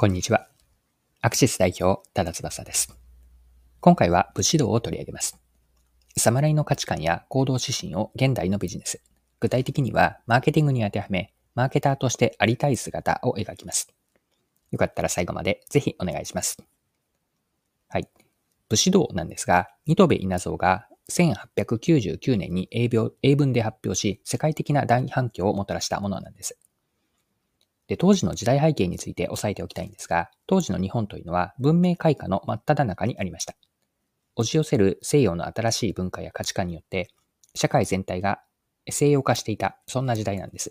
こんにちは。アクシス代表、多田翼です。今回は武士道を取り上げます。侍の価値観や行動指針を現代のビジネス、具体的にはマーケティングに当てはめ、マーケターとしてありたい姿を描きます。よかったら最後までぜひお願いします。はい。武士道なんですが、新渡戸稲造が1899年に英文で発表し、世界的な大反響をもたらしたものなんです。で、当時の時代背景について押さえておきたいんですが、当時の日本というのは文明開化の真っ只中にありました。押し寄せる西洋の新しい文化や価値観によって、社会全体が西洋化していた、そんな時代なんです。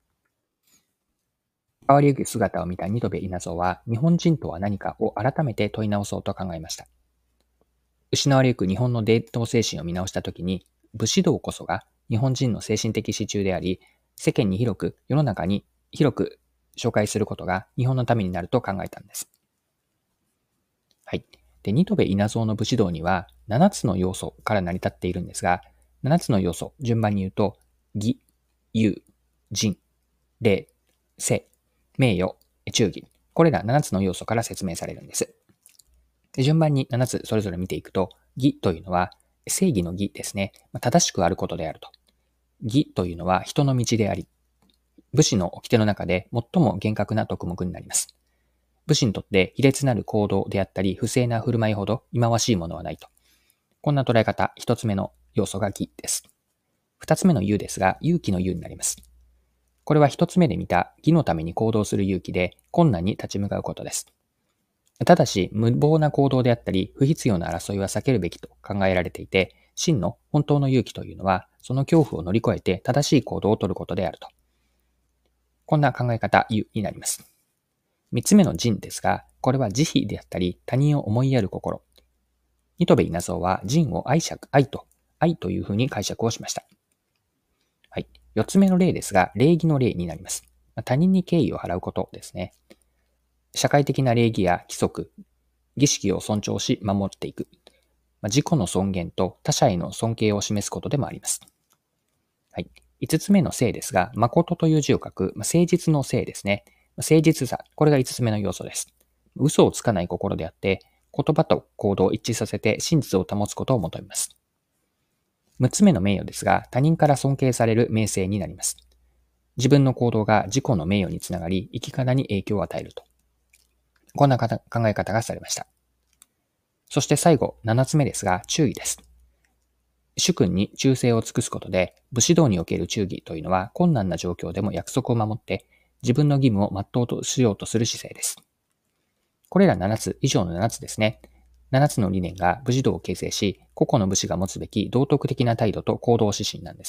変わりゆく姿を見た新渡戸稲造は、日本人とは何かを改めて問い直そうと考えました。失われゆく日本の伝統精神を見直したときに、武士道こそが日本人の精神的支柱であり、世間に広く、世の中に広く紹介することが日本のためになると考えたんです。はい。で、新渡戸稲造の武士道には7つの要素から成り立っているんですが、7つの要素、順番に言うと、義、勇、仁、礼、正、名誉、忠義。これら7つの要素から説明されるんです。で、順番に7つそれぞれ見ていくと、義というのは正義の義ですね。正しくあることであると。義というのは人の道であり、武士の掟の中で最も厳格な徳目になります。武士にとって卑劣なる行動であったり、不正な振る舞いほど忌まわしいものはないと。こんな捉え方、一つ目の要素が義です。二つ目の勇ですが、勇気の勇になります。これは一つ目で見た義のために行動する勇気で、困難に立ち向かうことです。ただし、無謀な行動であったり、不必要な争いは避けるべきと考えられていて、真の本当の勇気というのは、その恐怖を乗り越えて正しい行動をとることであると。こんな考え方になります。三つ目の仁ですが、これは慈悲であったり、他人を思いやる心。新渡戸稲造は仁を愛というふうに解釈をしました。はい。四つ目の礼ですが、礼儀の礼になります。他人に敬意を払うことですね。社会的な礼儀や規則、儀式を尊重し守っていく。自己の尊厳と他者への尊敬を示すことでもあります。はい。五つ目の正ですが、誠という字を書く、誠実の誠ですね。誠実さ、これが五つ目の要素です。嘘をつかない心であって、言葉と行動を一致させて真実を保つことを求めます。六つ目の名誉ですが、他人から尊敬される名声になります。自分の行動が自己の名誉につながり、生き方に影響を与えると。こんな考え方がされました。そして最後、七つ目ですが、忠義です。主君に忠誠を尽くすことで、武士道における忠義というのは困難な状況でも約束を守って、自分の義務を全うとしようとする姿勢です。これら7つ、以上の7つですね。7つの理念が武士道を形成し、個々の武士が持つべき道徳的な態度と行動指針なんです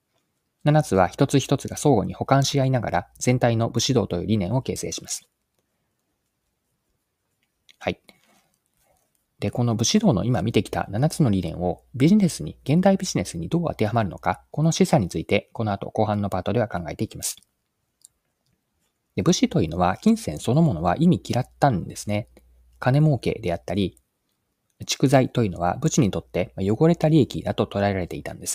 。7つは一つ一つが相互に補完し合いながら、全体の武士道という理念を形成します。はい。で、この武士道の今見てきた7つの理念を現代ビジネスにどう当てはまるのか、この示唆について、この後後半のパートでは考えていきます。で、武士というのは、金銭そのものは意味嫌ったんですね。金儲けであったり、蓄財というのは武士にとって汚れた利益だと捉えられていたんです。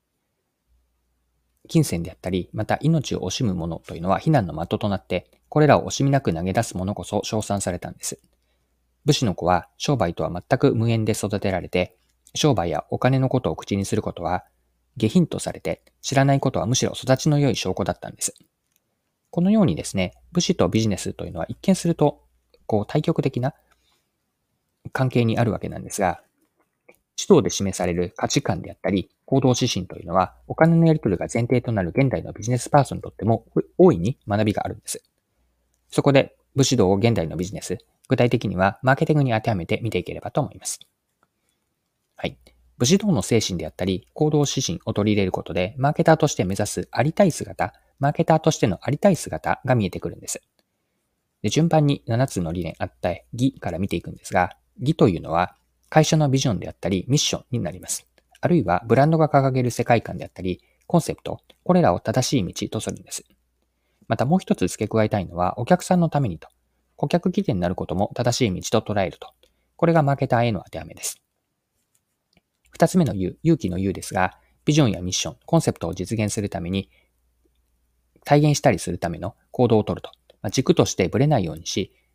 金銭であったり、また命を惜しむものというのは非難の的となって、これらを惜しみなく投げ出すものこそ称賛されたんです。武士の子は商売とは全く無縁で育てられて、商売やお金のことを口にすることは下品とされて、知らないことはむしろ育ちの良い証拠だったんです。このようにですね、武士とビジネスというのは一見すると、対極的な関係にあるわけなんですが、指導で示される価値観であったり、行動指針というのは、お金のやり取りが前提となる現代のビジネスパーソンにとっても大いに学びがあるんです。そこで、武士道を現代のビジネス、具体的にはマーケティングに当てはめて見ていければと思います。はい。武士道の精神であったり、行動指針を取り入れることで、マーケターとして目指すありたい姿、マーケターとしてのありたい姿が見えてくるんです。で、順番に7つの理念あった義から見ていくんですが、義というのは会社のビジョンであったりミッションになります。あるいはブランドが掲げる世界観であったり、コンセプト、これらを正しい道とするんです。またもう一つ付け加えたいのは、お客さんのためにと、顧客起点になることも正しい道と捉えると。これがマーケターへの当てはめです。二つ目の勇気の勇ですが、ビジョンやミッション、コンセプトを実現するために、体現したりするための行動をとると。軸としてブレないようにし、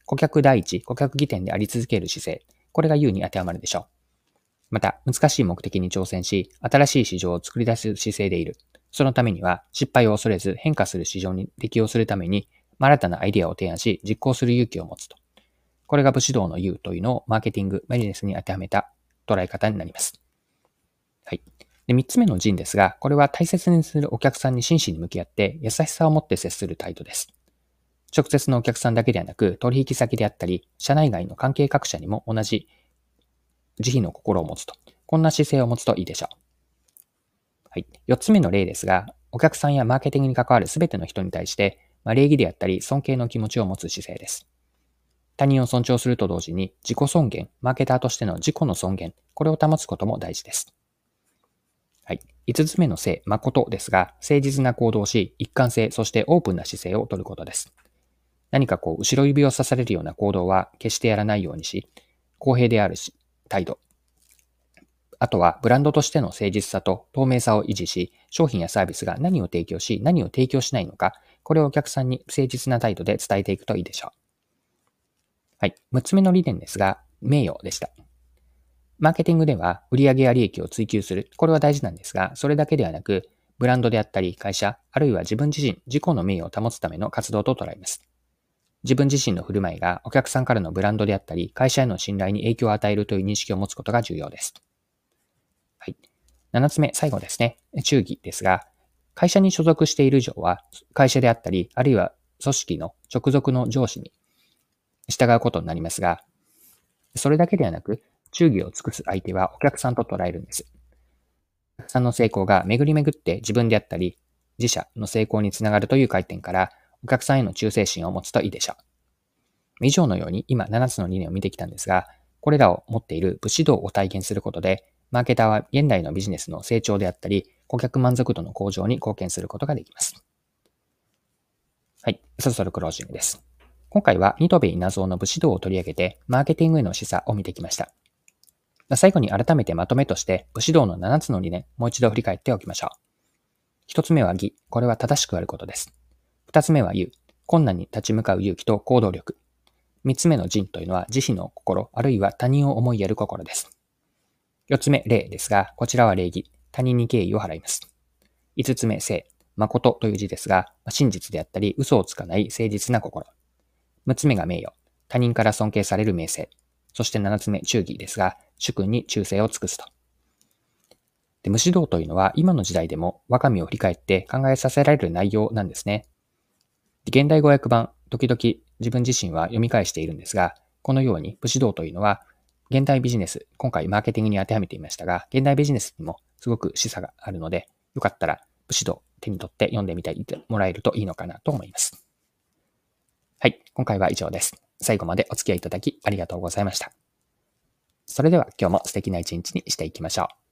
顧客第一、顧客起点であり続ける姿勢。これが U に当てはまるでしょう。また、難しい目的に挑戦し、新しい市場を作り出す姿勢でいる。そのためには、失敗を恐れず変化する市場に適応するために、新たなアイデアを提案し、実行する勇気を持つと。これが武士道の U というのをマーケティング、ビジネスに当てはめた捉え方になります。はい。で、3つ目の人ですが、これは大切にするお客さんに真摯に向き合って優しさを持って接する態度です。直接のお客さんだけではなく、取引先であったり、社内外の関係各社にも同じ慈悲の心を持つと。こんな姿勢を持つといいでしょう。はい。4つ目の例ですが、お客さんやマーケティングに関わるすべての人に対して、礼儀であったり尊敬の気持ちを持つ姿勢です。他人を尊重すると同時に自己尊厳、マーケターとしての自己の尊厳、これを保つことも大事です。はい。5つ目の誠、誠ですが、誠実な行動をし、一貫性、そしてオープンな姿勢を取ることです。何か後ろ指を刺されるような行動は決してやらないようにし、公平である態度。あとは、ブランドとしての誠実さと透明さを維持し、商品やサービスが何を提供し、何を提供しないのか、これをお客さんに誠実な態度で伝えていくといいでしょう。はい。6つ目の理念ですが、名誉でした。マーケティングでは売上や利益を追求する。これは大事なんですが、それだけではなく、ブランドであったり会社、あるいは自分自身、自己の名誉を保つための活動と捉えます。自分自身の振る舞いがお客さんからのブランドであったり、会社への信頼に影響を与えるという認識を持つことが重要です。はい。7つ目、最後ですね。忠義ですが、会社に所属している以上は、会社であったり、あるいは組織の直属の上司に従うことになりますが、それだけではなく、忠義を尽くす相手はお客さんと捉えるんです。お客さんの成功が巡り巡って自分であったり、自社の成功につながるという観点から、お客さんへの忠誠心を持つといいでしょう。以上のように今7つの理念を見てきたんですが、これらを持っている武士道を体現することで、マーケターは現代のビジネスの成長であったり、顧客満足度の向上に貢献することができます。はい、そろそろクロージングです。今回は新渡戸稲造の武士道を取り上げて、マーケティングへの示唆を見てきました。最後に改めてまとめとして、武士道の7つの理念、もう一度振り返っておきましょう。1つ目は義、これは正しくあることです。2つ目は勇、困難に立ち向かう勇気と行動力。3つ目の仁というのは慈悲の心、あるいは他人を思いやる心です。4つ目、礼ですが、こちらは礼儀、他人に敬意を払います。5つ目、誠、誠という字ですが、真実であったり、嘘をつかない誠実な心。6つ目が名誉、他人から尊敬される名声。そして7つ目、忠義ですが、主君に忠誠を尽くすと。で、武士道というのは今の時代でも我が身を振り返って考えさせられる内容なんですね。で、現代語訳版、時々自分自身は読み返しているんですが、このように武士道というのは、現代ビジネス、今回マーケティングに当てはめていましたが、現代ビジネスにもすごく示唆があるので、よかったら武士道手に取って読んでみてもらえるといいのかなと思います。はい、今回は以上です。最後までお付き合いいただきありがとうございました。それでは今日も素敵な一日にしていきましょう。